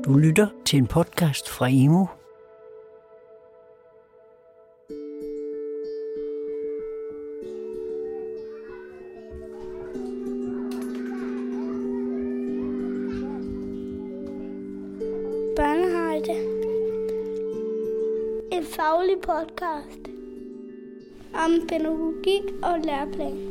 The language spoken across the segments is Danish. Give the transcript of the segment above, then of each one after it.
Du lytter til en podcast fra Imo. Børnehøjde. En faglig podcast om pædagogik og læreplan.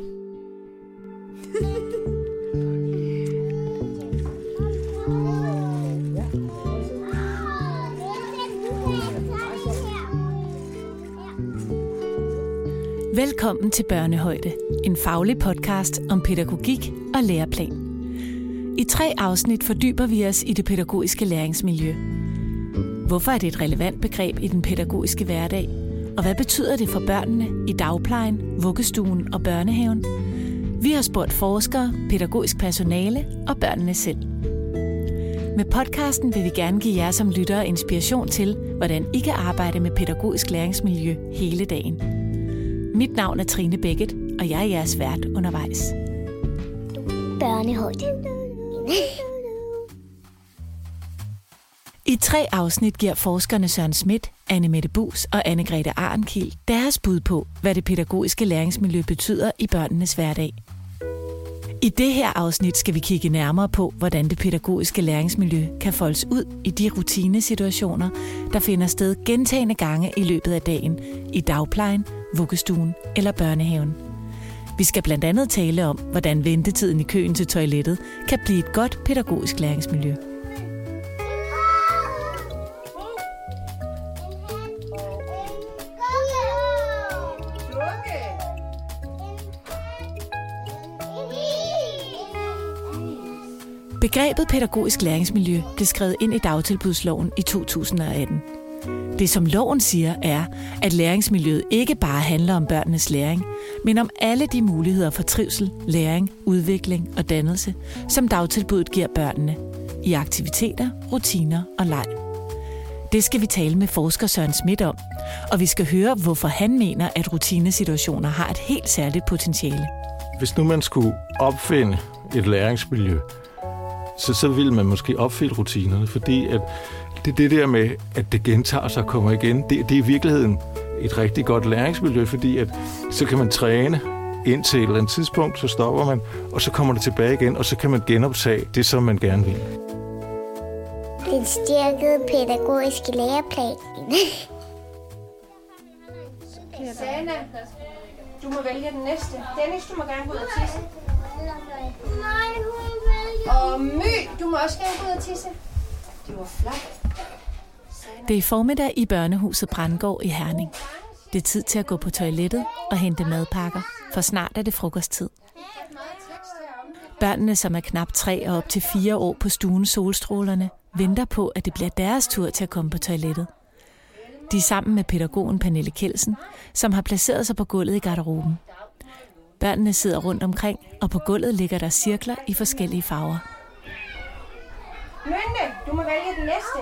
Velkommen til Børnehøjde, en faglig podcast om pædagogik og læreplan. I 3 afsnit fordyber vi os i det pædagogiske læringsmiljø. Hvorfor er det et relevant begreb i den pædagogiske hverdag? Og hvad betyder det for børnene i dagplejen, vuggestuen og børnehaven? Vi har spurgt forskere, pædagogisk personale og børnene selv. Med podcasten vil vi gerne give jer som lyttere inspiration til, hvordan I kan arbejde med pædagogisk læringsmiljø hele dagen. Mit navn er Trine Bækket, og jeg er jeres vært undervejs. Børnehøjde. I 3 afsnit giver forskerne Søren Schmidt, Anne-Mette Buus og Anne-Grethe Arnkiel deres bud på, hvad det pædagogiske læringsmiljø betyder i børnenes hverdag. I det her afsnit skal vi kigge nærmere på, hvordan det pædagogiske læringsmiljø kan foldes ud i de rutinesituationer, der finder sted gentagne gange i løbet af dagen i dagplejen, vuggestuen eller børnehaven. Vi skal blandt andet tale om, hvordan ventetiden i køen til toilettet kan blive et godt pædagogisk læringsmiljø. Begrebet pædagogisk læringsmiljø blev skrevet ind i dagtilbudsloven i 2018. Det, som loven siger, er, at læringsmiljøet ikke bare handler om børnenes læring, men om alle de muligheder for trivsel, læring, udvikling og dannelse, som dagtilbuddet giver børnene i aktiviteter, rutiner og leg. Det skal vi tale med forsker Søren Schmidt om, og vi skal høre, hvorfor han mener, at rutinesituationer har et helt særligt potentiale. Hvis nu man skulle opfinde et læringsmiljø, så ville man måske opfinde rutinerne, fordi at det der med, at det gentager sig og kommer igen, det er i virkeligheden et rigtig godt læringsmiljø, fordi at så kan man træne indtil et eller andet tidspunkt, så stopper man, og så kommer det tilbage igen, og så kan man genoptage det, som man gerne vil. Den stærkede pædagogiske læreplan. Sanna, du må vælge den næste. Dennis, du må gerne gå ud og tisse. Nej, hun vælger. Og My, du må også gerne gå ud og tisse. Det var flot. Det er formiddag i børnehuset Brandgård i Herning. Det er tid til at gå på toilettet og hente madpakker, for snart er det frokosttid. Børnene, som er knap 3 og op til 4 år på stuen Solstrålerne, venter på, at det bliver deres tur til at komme på toilettet. De er sammen med pædagogen Pernille Kjeldsen, som har placeret sig på gulvet i garderoben. Børnene sidder rundt omkring, og på gulvet ligger der cirkler i forskellige farver. Mønne, du må vælge den næste.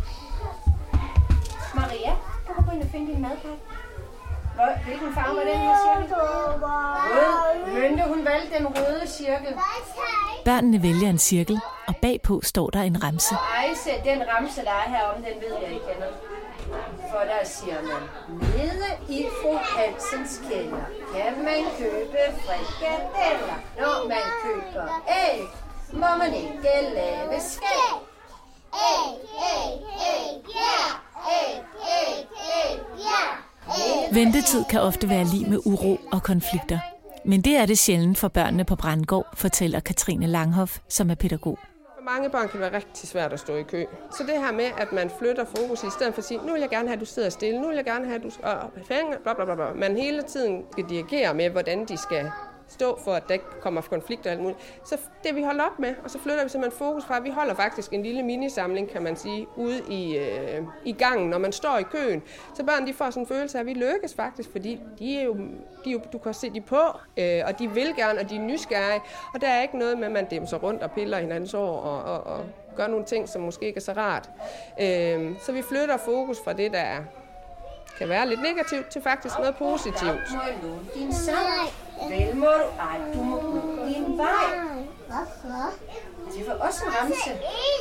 Maria, du kan gå ind og finde din madpakke. Hvilken farve var den her cirkel? Rød. Mønne, hun valgte den røde cirkel. Børnene vælger en cirkel, og bagpå står der en remse. Ejse, den ramse, der er heromme, den ved jeg ikke kender. For der siger man, nede i fru Hansens kælder kan man købe frikadeller. Når man køber æg, må man ikke lave skæg. Æg, æg, æg, ja! Æg, æg, æg, ja! Ventetid kan ofte være lig med uro og konflikter. Men det er det sjældent for børnene på Brandgård, fortæller Katrine Langhoff, som er pædagog. For mange børn kan det være rigtig svært at stå i kø. Så det her med, at man flytter fokus i stedet for at sige, nu vil jeg gerne have, at du sidder stille, nu vil jeg gerne have, at du skal blablabla. Man hele tiden skal dirigere med, hvordan de skal stå for, at der ikke kommer konflikter og alt muligt. Så det vi holder op med, og så flytter vi simpelthen fokus fra, vi holder faktisk en lille minisamling, kan man sige, ude i gangen, når man står i køen. Så børn de får sådan en følelse af, at vi lykkes faktisk, fordi de er jo, du kan se de på, og de vil gerne, og de er nysgerrige. Og der er ikke noget med, at man dæmmer sig rundt og piller hinandens år og gør nogle ting, som måske ikke er så rart. Så vi flytter fokus fra det, der kan være lidt negativt, til faktisk noget positivt. Må jeg låne din sang? Vel må du. Ej, du må gå din vej. Hvorfor? Det var også en ramse.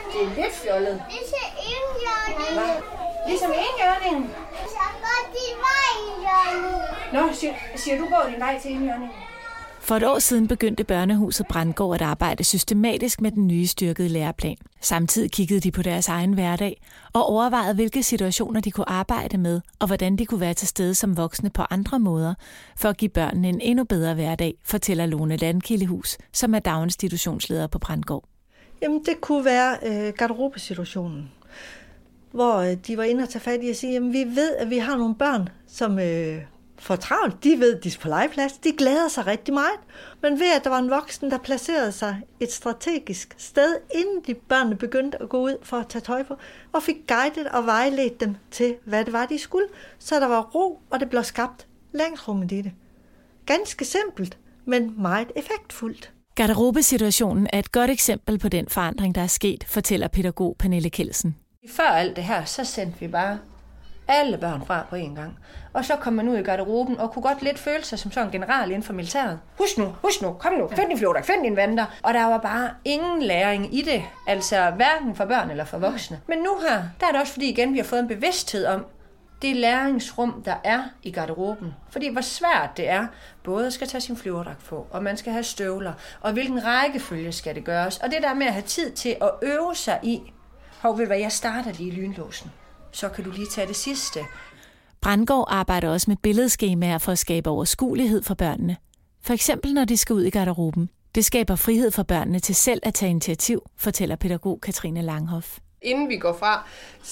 Det er lidt fjollet. Ligesom enhjørningen. Ligesom enhjørningen? Så går din vej, enhjørningen. Nå, siger du går din vej til enhjørningen? For et år siden begyndte Børnehuset Brandgård at arbejde systematisk med den nye styrkede læreplan. Samtidig kiggede de på deres egen hverdag og overvejede, hvilke situationer de kunne arbejde med, og hvordan de kunne være til stede som voksne på andre måder, for at give børnene en endnu bedre hverdag, fortæller Lone Landkildehus, som er daginstitutionsleder på Brandgård. Jamen, det kunne være garderobesituationen, hvor de var inde og tage fat i at sige, jamen, vi ved, at vi har nogle børn, som får travlt. De ved, at de er på legeplads. De glæder sig rigtig meget. Men ved, at der var en voksen, der placerede sig et strategisk sted, inden de børnene begyndte at gå ud for at tage tøj på, og fik guidet og vejledt dem til, hvad det var, de skulle, så der var ro, og det blev skabt læringsrummet i det. Ganske simpelt, men meget effektfuldt. Garderobesituationen er et godt eksempel på den forandring, der er sket, fortæller pædagog Pernille Kelsen. Før alt det her, så sendte vi bare alle børn fra på en gang. Og så kom man ud i garderoben og kunne godt lidt føle sig som sådan en general inden for militæret. Husk nu, kom nu, find din flodak, find din vanter. Og der var bare ingen læring i det, altså hverken for børn eller for voksne. Men nu her, der er det også fordi igen, vi har fået en bevidsthed om det læringsrum, der er i garderoben. Fordi hvor svært det er, både at skal tage sin flyverdragt på, og man skal have støvler, og hvilken rækkefølge skal det gøres. Og det der med at have tid til at øve sig i, ved du hvad, jeg starter lige i lynlåsen. Så kan du lige tage det sidste. Brandgård arbejder også med billedskemaer for at skabe overskuelighed for børnene. For eksempel når de skal ud i garderoben. Det skaber frihed for børnene til selv at tage initiativ, fortæller pædagog Katrine Langhoff. Inden vi går fra,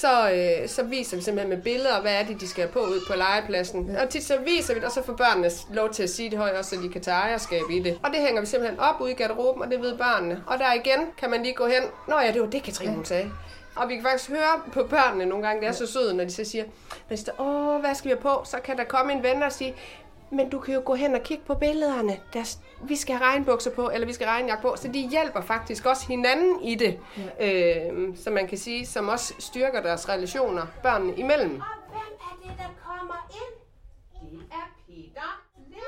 så viser vi simpelthen med billeder, hvad er det, de skal have på ud på legepladsen. Og tit så viser vi det, og så får børnene lov til at sige det højt, så de kan tage ejerskab i det. Og det hænger vi simpelthen op ude i garderoben, og det ved børnene. Og der igen kan man lige gå hen. Nå ja, det var det, Katrine hun sagde. Og vi kan faktisk høre på børnene nogle gange, det er så søde, når de så siger, hvad skal vi have på? Så kan der komme en ven og sige, men du kan jo gå hen og kigge på billederne. Vi skal have regnbukser på, eller vi skal have regnjakke på. Så de hjælper faktisk også hinanden i det, som man kan sige, som også styrker deres relationer børnene imellem. Og hvem er det, der kommer ind? Det er Peter.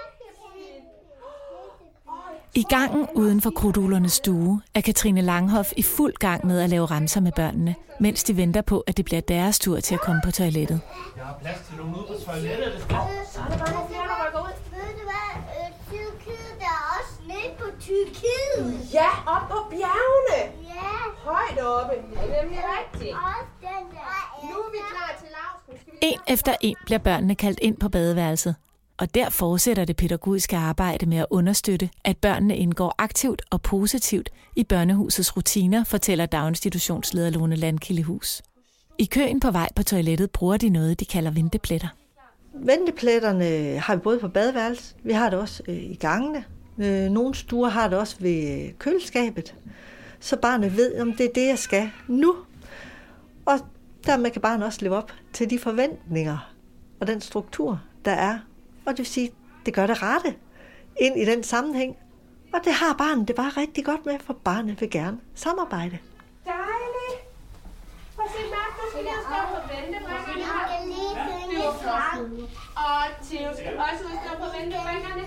I gangen uden for krudtuglernes stue er Katrine Langhoff i fuld gang med at lave remser med børnene, mens de venter på, at det bliver deres tur til at komme på toilettet. Jeg har plads til nogen ude på toilettet. Så er det bare flere, der rykker ud. Ved du hvad? Tyrkiet, der er også nede på Tyrkiet. Ja, op på bjergene. Ja. Højt oppe. Det er nemlig rigtigt. Også den der. Nu er vi klar til lavskud. En efter en bliver børnene kaldt ind på badeværelset. Og der fortsætter det pædagogiske arbejde med at understøtte, at børnene indgår aktivt og positivt i børnehusets rutiner, fortæller daginstitutionsleder Lone Landkildehus. I køen på vej på toilettet bruger de noget, de kalder ventepletter. Ventepletterne har vi både på badeværelset, vi har det også i gangene. Nogle stuer har det også ved køleskabet, så barnet ved, om det er det, jeg skal nu. Og dermed kan barnet også leve op til de forventninger og den struktur, der er. Og det vil sige, det gør det rette ind i den sammenhæng. Og det har barnet det bare rigtig godt med, for barnet vil gerne samarbejde. Dejligt. Prøv at se, Mark, nu skal jeg stå på ventebrækkerne. Det var flot. Og Theo skal også stå på ventebrækkerne.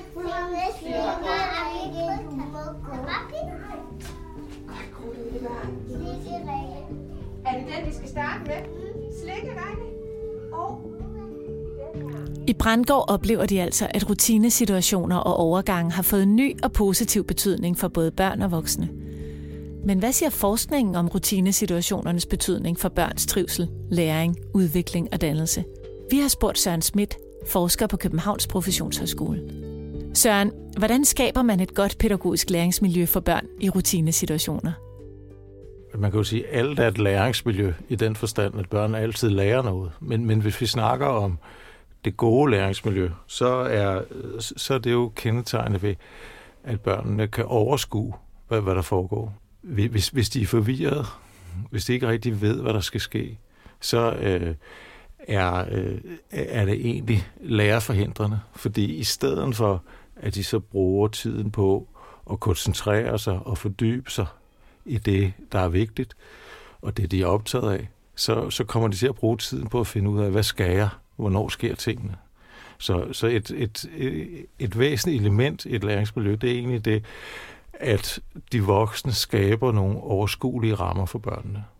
Er det den, vi skal starte med? Slikkerække? I Brandgård oplever de altså, at rutinesituationer og overgange har fået ny og positiv betydning for både børn og voksne. Men hvad siger forskningen om rutinesituationernes betydning for børns trivsel, læring, udvikling og dannelse? Vi har spurgt Søren Schmidt, forsker på Københavns Professionshøjskole. Søren, hvordan skaber man et godt pædagogisk læringsmiljø for børn i rutinesituationer? Man kan jo sige, at alt er et læringsmiljø i den forstand, at børn altid lærer noget. Men hvis vi snakker om det gode læringsmiljø, så er det jo kendetegnet ved, at børnene kan overskue, hvad der foregår. Hvis de er forvirret, hvis de ikke rigtig ved, hvad der skal ske, så er det egentlig lærerforhindrende. Fordi i stedet for, at de så bruger tiden på at koncentrere sig og fordybe sig i det, der er vigtigt, og det, de er optaget af, så kommer de til at bruge tiden på at finde ud af, hvad skal jeg? Hvornår sker tingene? Så et væsentligt element i et læringsmiljø, det er egentlig det, at de voksne skaber nogle overskuelige rammer for børnene.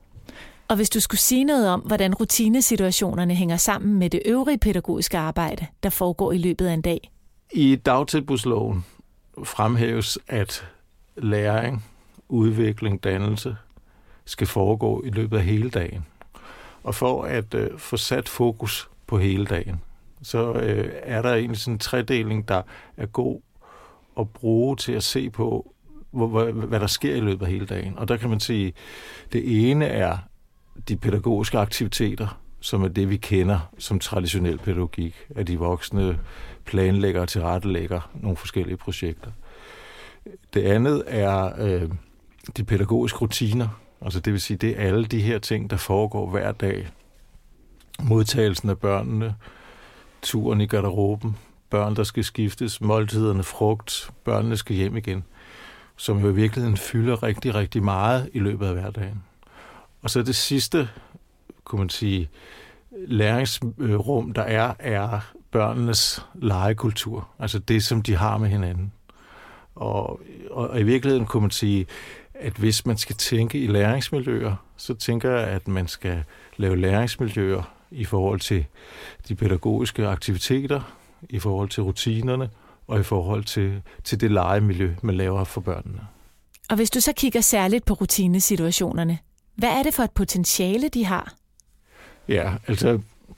Og hvis du skulle sige noget om, hvordan rutinesituationerne hænger sammen med det øvrige pædagogiske arbejde, der foregår i løbet af en dag? I dagtilbudsloven fremhæves, at læring, udvikling, dannelse skal foregå i løbet af hele dagen. Og for at få sat fokus på hele dagen, så er der egentlig sådan en tredeling, der er god at bruge til at se på, hvad der sker i løbet af hele dagen. Og der kan man sige, det ene er de pædagogiske aktiviteter, som er det, vi kender som traditionel pædagogik, at de voksne planlægger og tilrettelægger nogle forskellige projekter. Det andet er de pædagogiske rutiner, altså det vil sige, det er alle de her ting, der foregår hver dag. Modtagelsen af børnene, turen i garderoben, børn, der skal skiftes, måltiderne, frugt, børnene skal hjem igen, som jo i virkeligheden fylder rigtig, rigtig meget i løbet af hverdagen. Og så det sidste, kunne man sige, læringsrum, der er børnenes legekultur, altså det, som de har med hinanden. Og i virkeligheden kunne man sige, at hvis man skal tænke i læringsmiljøer, så tænker jeg, at man skal lave læringsmiljøer i forhold til de pædagogiske aktiviteter, i forhold til rutinerne og i forhold til det legemiljø, man laver for børnene. Og hvis du så kigger særligt på rutinesituationerne, hvad er det for et potentiale, de har? Ja, altså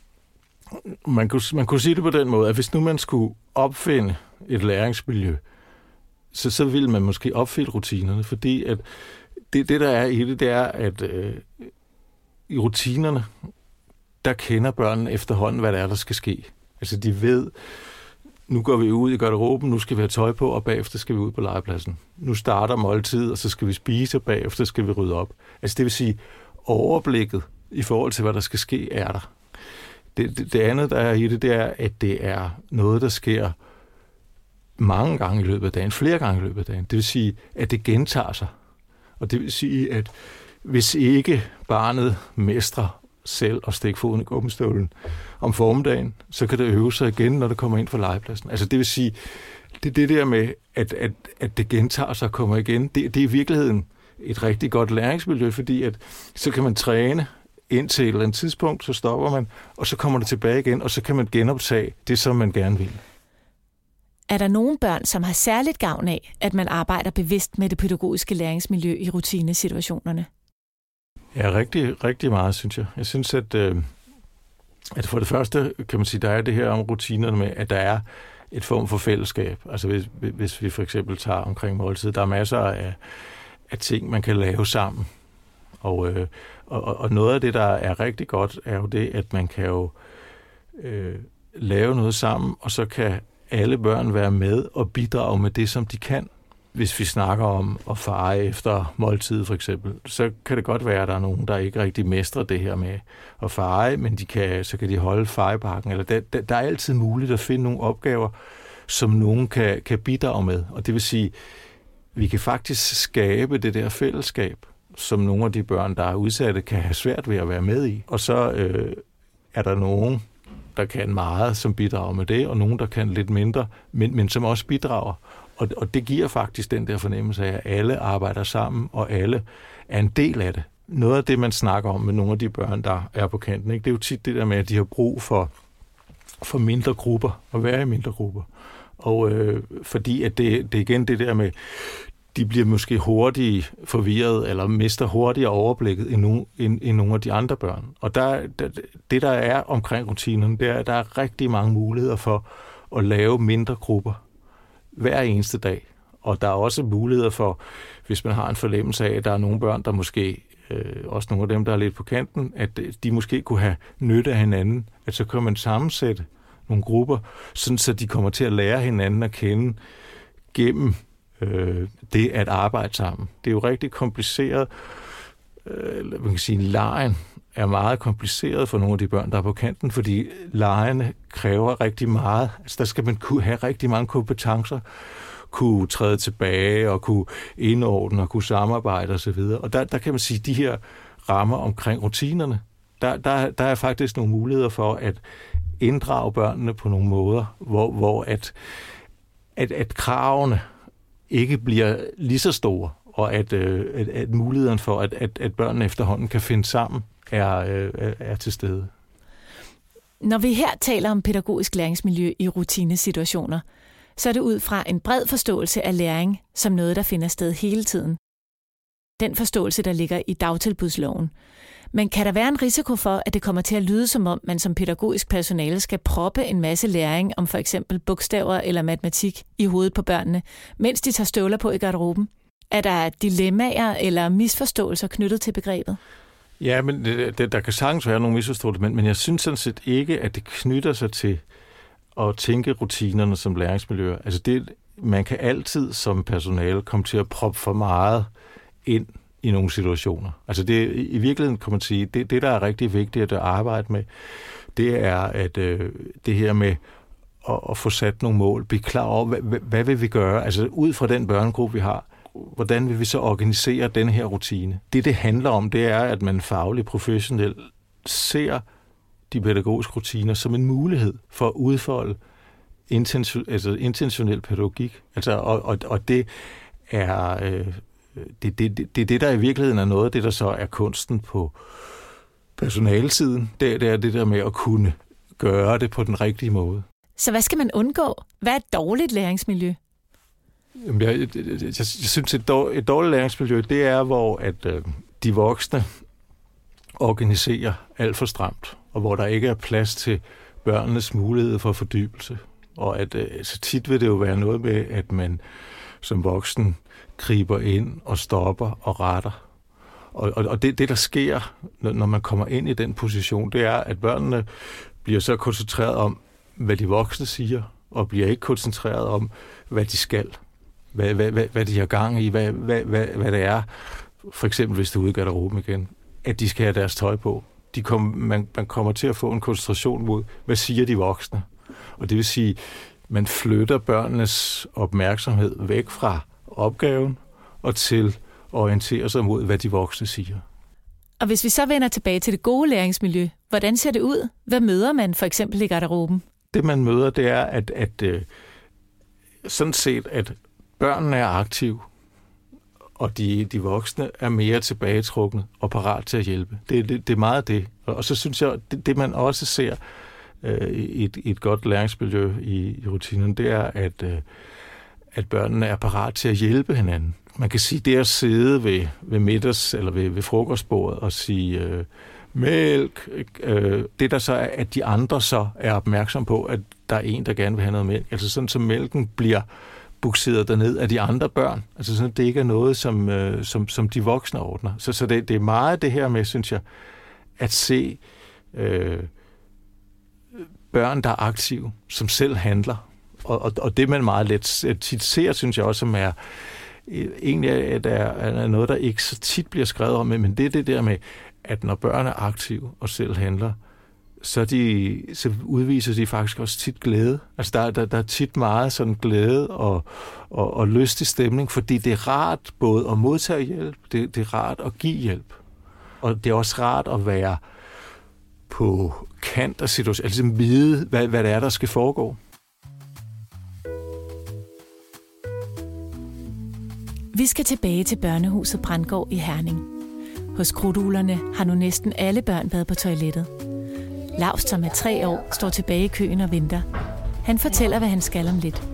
man kunne sige det på den måde, at hvis nu man skulle opfinde et læringsmiljø, så ville man måske opfinde rutinerne, fordi at det der er i det er, at i rutinerne, der kender børnene efterhånden, hvad der skal ske. Altså de ved, nu går vi ud i garderoben, nu skal vi have tøj på, og bagefter skal vi ud på legepladsen. Nu starter måltid, og så skal vi spise, og bagefter skal vi rydde op. Altså det vil sige, overblikket i forhold til, hvad der skal ske, er der. Det andet, der er i det er, at det er noget, der sker mange gange i løbet af dagen, flere gange i løbet af dagen. Det vil sige, at det gentager sig. Og det vil sige, at hvis ikke barnet mestrer selv og stikke foden i gummistøvlen om formiddagen, så kan det øve sig igen, når det kommer ind fra legepladsen. Altså det vil sige, det der med, at det gentager sig og kommer igen, det er i virkeligheden et rigtig godt læringsmiljø, fordi at så kan man træne indtil et eller andet tidspunkt, så stopper man, og så kommer det tilbage igen, og så kan man genoptage det, som man gerne vil. Er der nogle børn, som har særligt gavn af, at man arbejder bevidst med det pædagogiske læringsmiljø i rutinesituationerne? Ja, rigtig, rigtig meget, synes jeg. Jeg synes, at for det første, kan man sige, der er det her om rutinerne med, at der er et form for fællesskab. Altså hvis vi for eksempel tager omkring måltid, der er masser af ting, man kan lave sammen. Og noget af det, der er rigtig godt, er jo det, at man kan jo lave noget sammen, og så kan alle børn være med og bidrage med det, som de kan. Hvis vi snakker om at feje efter måltid for eksempel, så kan det godt være, at der er nogen, der ikke rigtig mestrer det her med at feje, men så kan de holde fejebakken. Eller der er altid muligt at finde nogle opgaver, som nogen kan bidrage med. Og det vil sige, vi kan faktisk skabe det der fællesskab, som nogle af de børn, der er udsatte, kan have svært ved at være med i. Og så er der nogen, der kan meget, som bidrager med det, og nogen, der kan lidt mindre, men som også bidrager. Og det giver faktisk den der fornemmelse af, at alle arbejder sammen, og alle er en del af det. Noget af det, man snakker om med nogle af de børn, der er på kanten, ikke? Det er jo tit det der med, at de har brug for mindre grupper, og være i mindre grupper. Og fordi at det igen det der med, de bliver måske hurtigt forvirret, eller mister hurtigere overblikket end nogle af de andre børn. Og det, der er omkring rutinerne, det er, at der er rigtig mange muligheder for at lave mindre grupper hver eneste dag. Og der er også muligheder for, hvis man har en fornemmelse af, at der er nogle børn, der måske, også nogle af dem, der er lidt på kanten, at de måske kunne have nytte af hinanden, at så kan man sammensætte nogle grupper, sådan så de kommer til at lære hinanden at kende gennem det at arbejde sammen. Det er jo rigtig kompliceret. Man kan sige, legen er meget kompliceret for nogle af de børn, der er på kanten, fordi legene kræver rigtig meget. Altså, der skal man kunne have rigtig mange kompetencer, kunne træde tilbage og kunne indordne og kunne samarbejde osv. Og der kan man sige, de her rammer omkring rutinerne, der er faktisk nogle muligheder for at inddrage børnene på nogle måder, hvor at kravene ikke bliver lige så store, og at muligheden for, at børnene efterhånden kan finde sammen er til stede. Når vi her taler om pædagogisk læringsmiljø i rutinesituationer, så er det ud fra en bred forståelse af læring som noget, der finder sted hele tiden. Den forståelse, der ligger i dagtilbudsloven. Men kan der være en risiko for, at det kommer til at lyde som om, man som pædagogisk personale skal proppe en masse læring om for eksempel bogstaver eller matematik i hovedet på børnene, mens de tager støvler på i garderoben? Er der dilemmaer eller misforståelser knyttet til begrebet? Ja, men der kan sagtens være nogle misforståelser, men jeg synes sådan set ikke, at det knytter sig til at tænke rutinerne som læringsmiljøer. Altså man kan altid som personale komme til at proppe for meget ind i nogle situationer. Altså i virkeligheden kan man sige, det der er rigtig vigtigt at arbejde med, det er at det her med at få sat nogle mål, blive klar over, hvad vil vi gøre, altså ud fra den børnegruppe, vi har, hvordan vil vi så organisere den her rutine? Det handler om, det er, at man fagligt, professionelt ser de pædagogiske rutiner som en mulighed for at udfolde intentionel pædagogik. Altså, og det er det, der i virkeligheden er noget af det, der så er kunsten på personalesiden. Det er det der med at kunne gøre det på den rigtige måde. Så hvad skal man undgå? Hvad er et dårligt læringsmiljø? Jeg synes, et dårligt læringsmiljø, det er, hvor at de voksne organiserer alt for stramt, og hvor der ikke er plads til børnenes mulighed for fordybelse. Og at så tit vil det jo være noget med, at man som voksen griber ind og stopper og retter. Og det, der sker, når man kommer ind i den position, det er, at børnene bliver så koncentreret om, hvad de voksne siger, og bliver ikke koncentreret om, hvad de skal. Hvad de har gang i, hvad det er. For eksempel, hvis det er ude i garderoben igen, at de skal have deres tøj på. Man kommer til at få en koncentration mod, hvad siger de voksne? Og det vil sige, man flytter børnenes opmærksomhed væk fra opgaven og til at orientere sig mod, hvad de voksne siger. Og hvis vi så vender tilbage til det gode læringsmiljø, hvordan ser det ud? Hvad møder man for eksempel i garderoben? Det man møder, det er, at sådan set, at børnene er aktive, og de voksne er mere tilbagetrukne og parat til at hjælpe. Det er meget det. Og så synes jeg, det man også ser i et godt læringsmiljø i rutinen, det er, at børnene er parat til at hjælpe hinanden. Man kan sige, det at sidde ved middags eller ved frokostbordet og sige mælk, det der så er, at de andre så er opmærksom på, at der er en, der gerne vil have noget mælk. Altså sådan, så mælken bliver bukseret derned af de andre børn. Altså sådan, det ikke er noget, som de voksne ordner. Så det er meget det her med, synes jeg, at se børn, der er aktive, som selv handler. Og det, man meget let tit ser, synes jeg også, som er egentlig er noget, der ikke så tit bliver skrevet om, men det er det der med, at når børn er aktive og selv handler, så udviser de faktisk også tit glæde. Altså der er tit meget sådan glæde og lystig stemning, fordi det er rart både at modtage hjælp, det er rart at give hjælp. Og det er også rart at være på kant af situationen, altså vide, hvad det er, der skal foregå. Vi skal tilbage til børnehuset Brandgård i Herning. Hos Krudtuglerne har nu næsten alle børn været på toilettet. Laust, som er 3 år, står tilbage i køen og venter. Han fortæller, hvad han skal om lidt.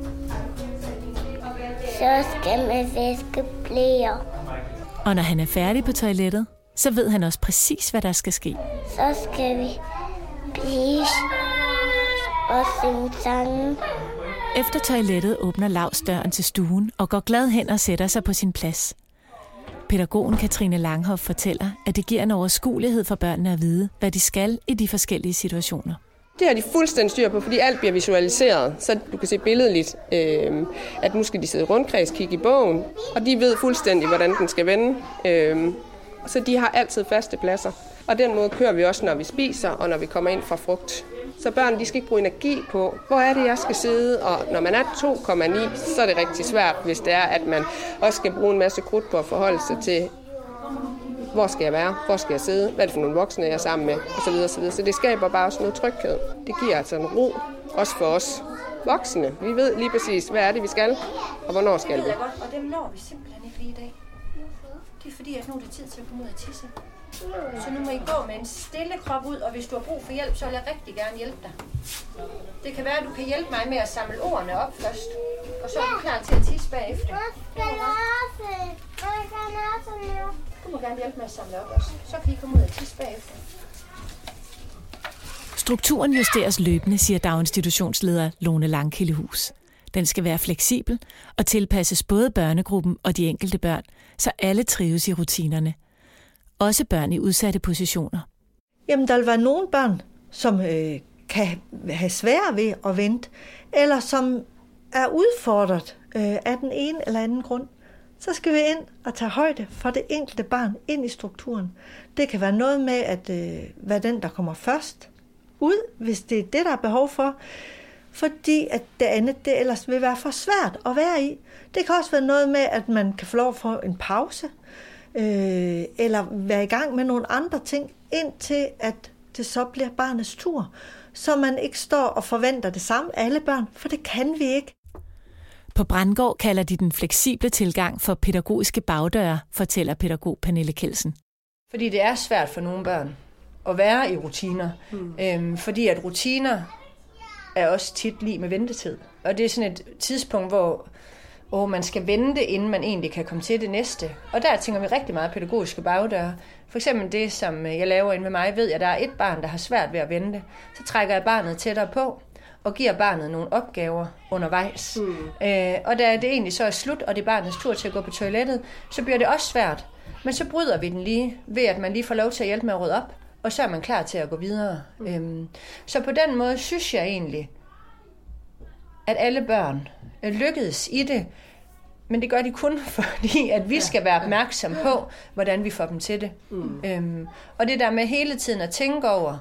Så skal man vaske blæer. Og når han er færdig på toilettet, så ved han også præcis, hvad der skal ske. Så skal vi spise og synge sange. Efter toilettet åbner Laust døren til stuen og går glad hen og sætter sig på sin plads. Pædagogen Katrine Langhoff fortæller, at det giver en overskuelighed for børnene at vide, hvad de skal i de forskellige situationer. Det har de fuldstændig styr på, fordi alt bliver visualiseret, så du kan se billedligt, at nu skal de sidde i rundkreds, kigge i bogen, og de ved fuldstændig, hvordan den skal vende. Så de har altid faste pladser. Og den måde kører vi også, når vi spiser og når vi kommer ind fra frugt. Så børn, de skal ikke bruge energi på, hvor er det, jeg skal sidde? Og når man er 2,9, så er det rigtig svært, hvis det er, at man også skal bruge en masse krudt på at forholde sig til, hvor skal jeg være? Hvor skal jeg sidde? Hvad er det for nogle voksne, jeg er sammen med? Og så videre, så videre. Så det skaber bare også noget tryghed. Det giver altså en ro, også for os voksne. Vi ved lige præcis, hvad er det, vi skal, og hvornår skal vi. Og dem når vi simpelthen ikke lige i dag. Det er fordi, at nu er det tid til at komme ud og tisse. Så nu må I gå med en stille krop ud, og hvis du har brug for hjælp, så vil jeg rigtig gerne hjælpe dig. Det kan være, at du kan hjælpe mig med at samle ordene op først, og så er du klar til at tisse bagefter. Du må gerne hjælpe mig at samle op også. Så kan I komme ud og tisse bagefter. Strukturen justeres løbende, siger daginstitutionsleder Lone Langkildehus. Den skal være fleksibel og tilpasses både børnegruppen og de enkelte børn, så alle trives i rutinerne. Også børn i udsatte positioner. Jamen, der vil være nogle børn, som kan have svære ved at vente, eller som er udfordret af den ene eller anden grund. Så skal vi ind og tage højde for det enkelte barn ind i strukturen. Det kan være noget med at være den, der kommer først ud, hvis det er det, der er behov for. Fordi at det andet, det ellers vil være for svært at være i. Det kan også være noget med, at man kan få lov at få en pause, eller være i gang med nogle andre ting, indtil at det så bliver barnets tur. Så man ikke står og forventer det samme alle børn, for det kan vi ikke. På Brandgård kalder de den fleksible tilgang for pædagogiske bagdøre, fortæller pædagog Pernille Kelsen. Fordi det er svært for nogle børn at være i rutiner. Fordi at rutiner er også tit lige med ventetid. Og det er sådan et tidspunkt, hvor man skal vente, inden man egentlig kan komme til det næste. Og der tænker vi rigtig meget pædagogiske bagdøre. For eksempel det, som jeg laver inde med mig, ved jeg, at der er et barn, der har svært ved at vente. Så trækker jeg barnet tættere på og giver barnet nogle opgaver undervejs. Og da det egentlig så er slut, og det er barnets tur til at gå på toilettet, så bliver det også svært. Men så bryder vi den lige, ved at man lige får lov til at hjælpe med at rydde op, og så er man klar til at gå videre. Så på den måde synes jeg egentlig, at alle børn lykkedes i det, men det gør de kun fordi, at vi skal være opmærksomme på, hvordan vi får dem til det. Og det der med hele tiden at tænke over,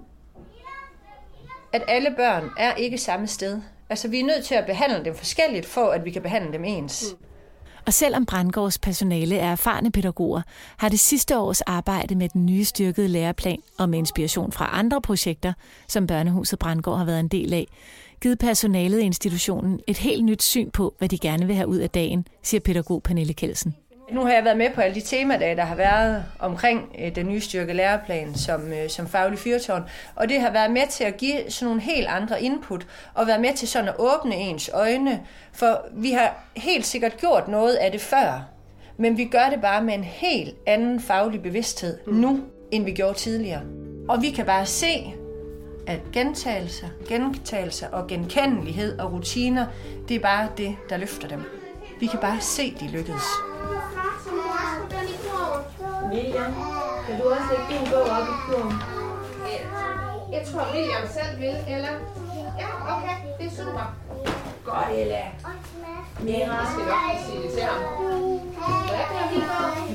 at alle børn er ikke samme sted. Altså vi er nødt til at behandle dem forskelligt, for at vi kan behandle dem ens. Og selvom Brandgårds personale er erfarne pædagoger, har det sidste års arbejde med den nye styrkede læreplan og med inspiration fra andre projekter, som Børnehuset Brandgård har været en del af, givet personalet i institutionen et helt nyt syn på, hvad de gerne vil have ud af dagen, siger pædagog Pernille Kelsen. Nu har jeg været med på alle de temadage, der har været omkring den nye styrkede læreplan som faglig fyrtårn. Og det har været med til at give sådan nogle helt andre input, og været med til sådan at åbne ens øjne. For vi har helt sikkert gjort noget af det før, men vi gør det bare med en helt anden faglig bevidsthed nu, end vi gjorde tidligere. Og vi kan bare se, at gentagelser og genkendelighed og rutiner, det er bare det, der løfter dem. Vi kan bare se, de lykkedes. William, kan du også lægge din bog op i kurven? Jeg tror, William selv vil, eller? Ja, okay, det er super. Godt, Ella. Mira skal nok sige det til ham. Hvad kan vi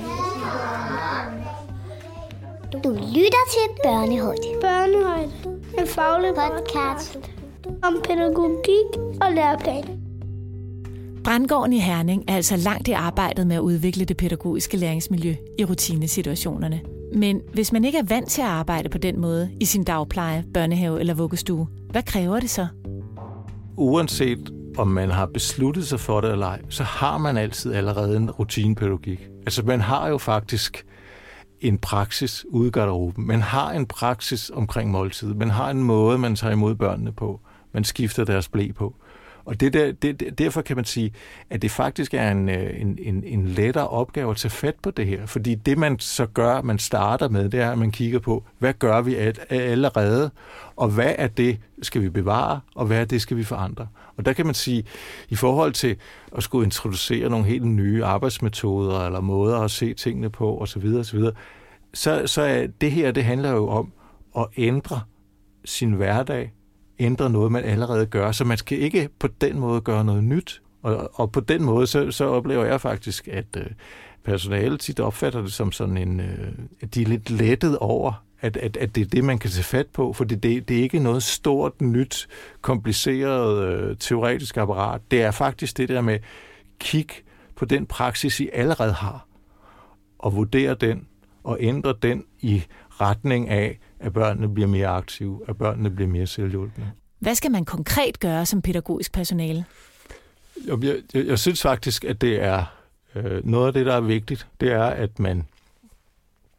Du lytter til Børnehøjde. Børnehøjde. En faglig podcast om pædagogik og læreplan. Brandgården i Herning er altså langt i arbejdet med at udvikle det pædagogiske læringsmiljø i rutinesituationerne. Men hvis man ikke er vant til at arbejde på den måde i sin dagpleje, børnehave eller vuggestue, hvad kræver det så? Uanset om man har besluttet sig for det eller ej, så har man altid allerede en rutinepædagogik. Altså man har jo faktisk en praksis ude i garderoben. Man har en praksis omkring måltid. Man har en måde, man tager imod børnene på. Man skifter deres ble på. Og derfor kan man sige, at det faktisk er en lettere opgave at tage fat på det her. Fordi det, man så gør, man starter med, det er, at man kigger på, hvad gør vi allerede, og hvad er det, skal vi bevare, og hvad er det, skal vi forandre. Og der kan man sige, i forhold til at skulle introducere nogle helt nye arbejdsmetoder, eller måder at se tingene på, osv., så er det her, det handler jo om at ændre sin hverdag, ændre noget, man allerede gør, så man skal ikke på den måde gøre noget nyt. Og på den måde, så oplever jeg faktisk, at personalet tit opfatter det som sådan at de er lidt lettet over, at det er det, man kan tage fat på, for det er ikke noget stort, nyt, kompliceret teoretisk apparat. Det er faktisk det der med kig på den praksis, I allerede har, og vurdere den, og ændre den i retning af, at børnene bliver mere aktive, at børnene bliver mere selvhjulpne. Hvad skal man konkret gøre som pædagogisk personale? Jeg synes faktisk, at det er noget af det, der er vigtigt, det er, at man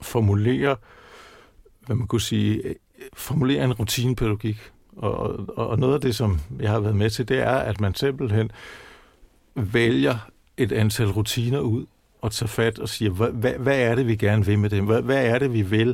formulere, hvad man kunne sige, formulere en rutinepædagogik. Og noget af det, som jeg har været med til, det er, at man simpelthen vælger et antal rutiner ud og tager fat og siger, hvad er det, vi gerne vil med dem? Hvad er det, vi vil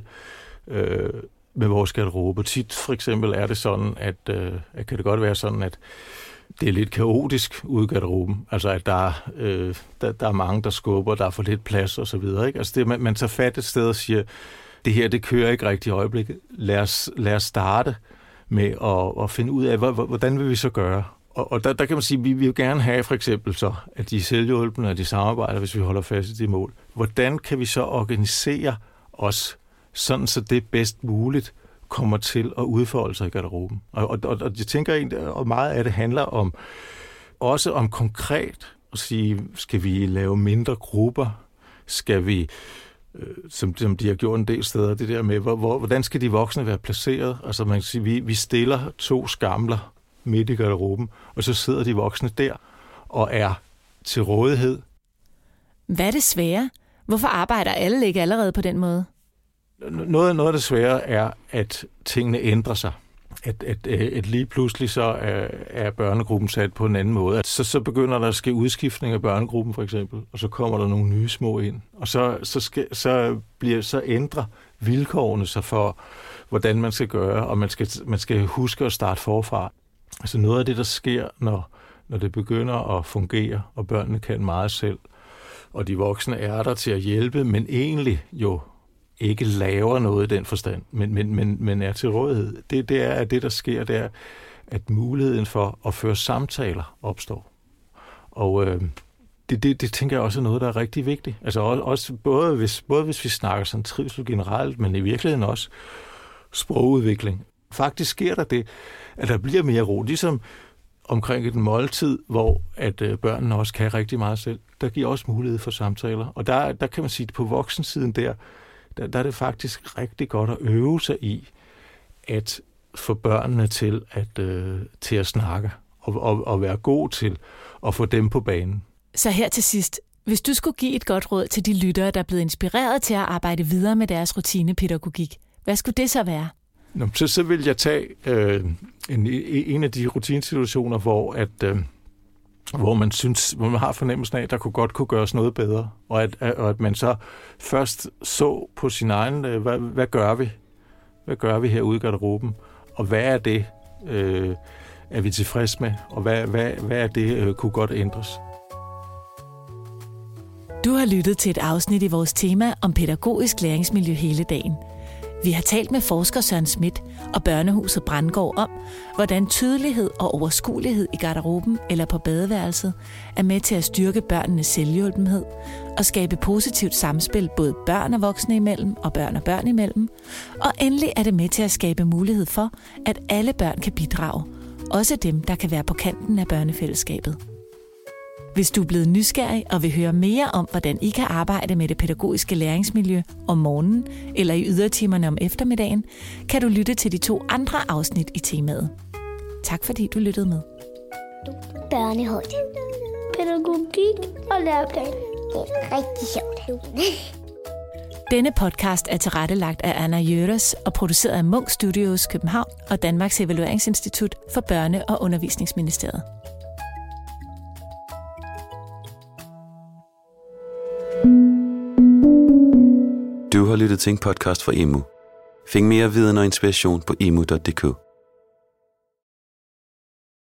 med vores garderobe? Tit for eksempel er det sådan, at kan det godt være sådan, at det er lidt kaotisk ude i garderoben. Altså, at der er mange, der skubber, der er for lidt plads og så videre. Ikke? Altså, det, man tager fat et sted og siger, det her, det kører ikke rigtigt i øjeblikket. Lad os starte med at finde ud af, hvordan vil vi så gøre? Og der kan man sige, at vi vil gerne have for eksempel så, at de er selvhjulpende, og de samarbejder, hvis vi holder fast i de mål. Hvordan kan vi så organisere os, sådan så det bedst muligt kommer til at udfolde sig i garderoben? Og jeg tænker egentlig, at meget af det handler også om konkret at sige, skal vi lave mindre grupper? Skal vi, som de har gjort en del steder, det der med, hvordan skal de voksne være placeret? Altså man kan sige, vi stiller 2 skamler midt i garderoben, og så sidder de voksne der og er til rådighed. Hvad er det svære? Hvorfor arbejder alle ikke allerede på den måde? Noget af det svære er, at tingene ændrer sig. At lige pludselig så er børnegruppen sat på en anden måde. Så begynder der at ske udskiftning af børnegruppen for eksempel, og så kommer der nogle nye små ind. Og så ændrer vilkårene sig for, hvordan man skal gøre, og man skal huske at starte forfra. Altså noget af det, der sker, når det begynder at fungere, og børnene kan meget selv, og de voksne er der til at hjælpe, men egentlig jo ikke laver noget i den forstand, men er til rådighed. Det er, at det, der sker, det er, at muligheden for at føre samtaler opstår. Og det tænker jeg også er noget, der er rigtig vigtigt. Altså også både hvis vi snakker sådan trivsel generelt, men i virkeligheden også sprogudvikling. Faktisk sker der det, at der bliver mere ro, ligesom omkring et måltid, hvor at børnene også kan rigtig meget selv. Der giver også mulighed for samtaler. Og der kan man sige, at på voksensiden der er det faktisk rigtig godt at øve sig i at få børnene til at snakke og være god til at få dem på banen. Så her til sidst, hvis du skulle give et godt råd til de lyttere, der er blevet inspireret til at arbejde videre med deres rutinepædagogik, hvad skulle det så være? Så vil jeg tage en af de rutinesituationer, hvor man har fornemmelsen af, at der godt kunne gøres noget bedre, og at man så først så på sin egen, hvad gør vi? Hvad gør vi herude i garderoben? Og hvad er det, er vi tilfreds med? Og hvad er det, kunne godt ændres? Du har lyttet til et afsnit i vores tema om pædagogisk læringsmiljø hele dagen. Vi har talt med forsker Søren Schmidt og Børnehuset Brandgård om, hvordan tydelighed og overskuelighed i garderoben eller på badeværelset er med til at styrke børnenes selvhjulpenhed og skabe positivt samspil både børn og voksne imellem og børn imellem. Og endelig er det med til at skabe mulighed for, at alle børn kan bidrage, også dem, der kan være på kanten af børnefællesskabet. Hvis du er blevet nysgerrig og vil høre mere om, hvordan I kan arbejde med det pædagogiske læringsmiljø om morgenen eller i ydertimerne om eftermiddagen, kan du lytte til de 2 andre afsnit i temaet. Tak fordi du lyttede med. Børnehøjde. Pædagogik og læreplan. Det er rigtig sjovt. Denne podcast er tilrettelagt af Anna Jørgens og produceret af Munk Studios København og Danmarks Evalueringsinstitut for Børne- og Undervisningsministeriet. Du har lyttet til en podcast fra Emu. Find mere viden og inspiration på emu.dk.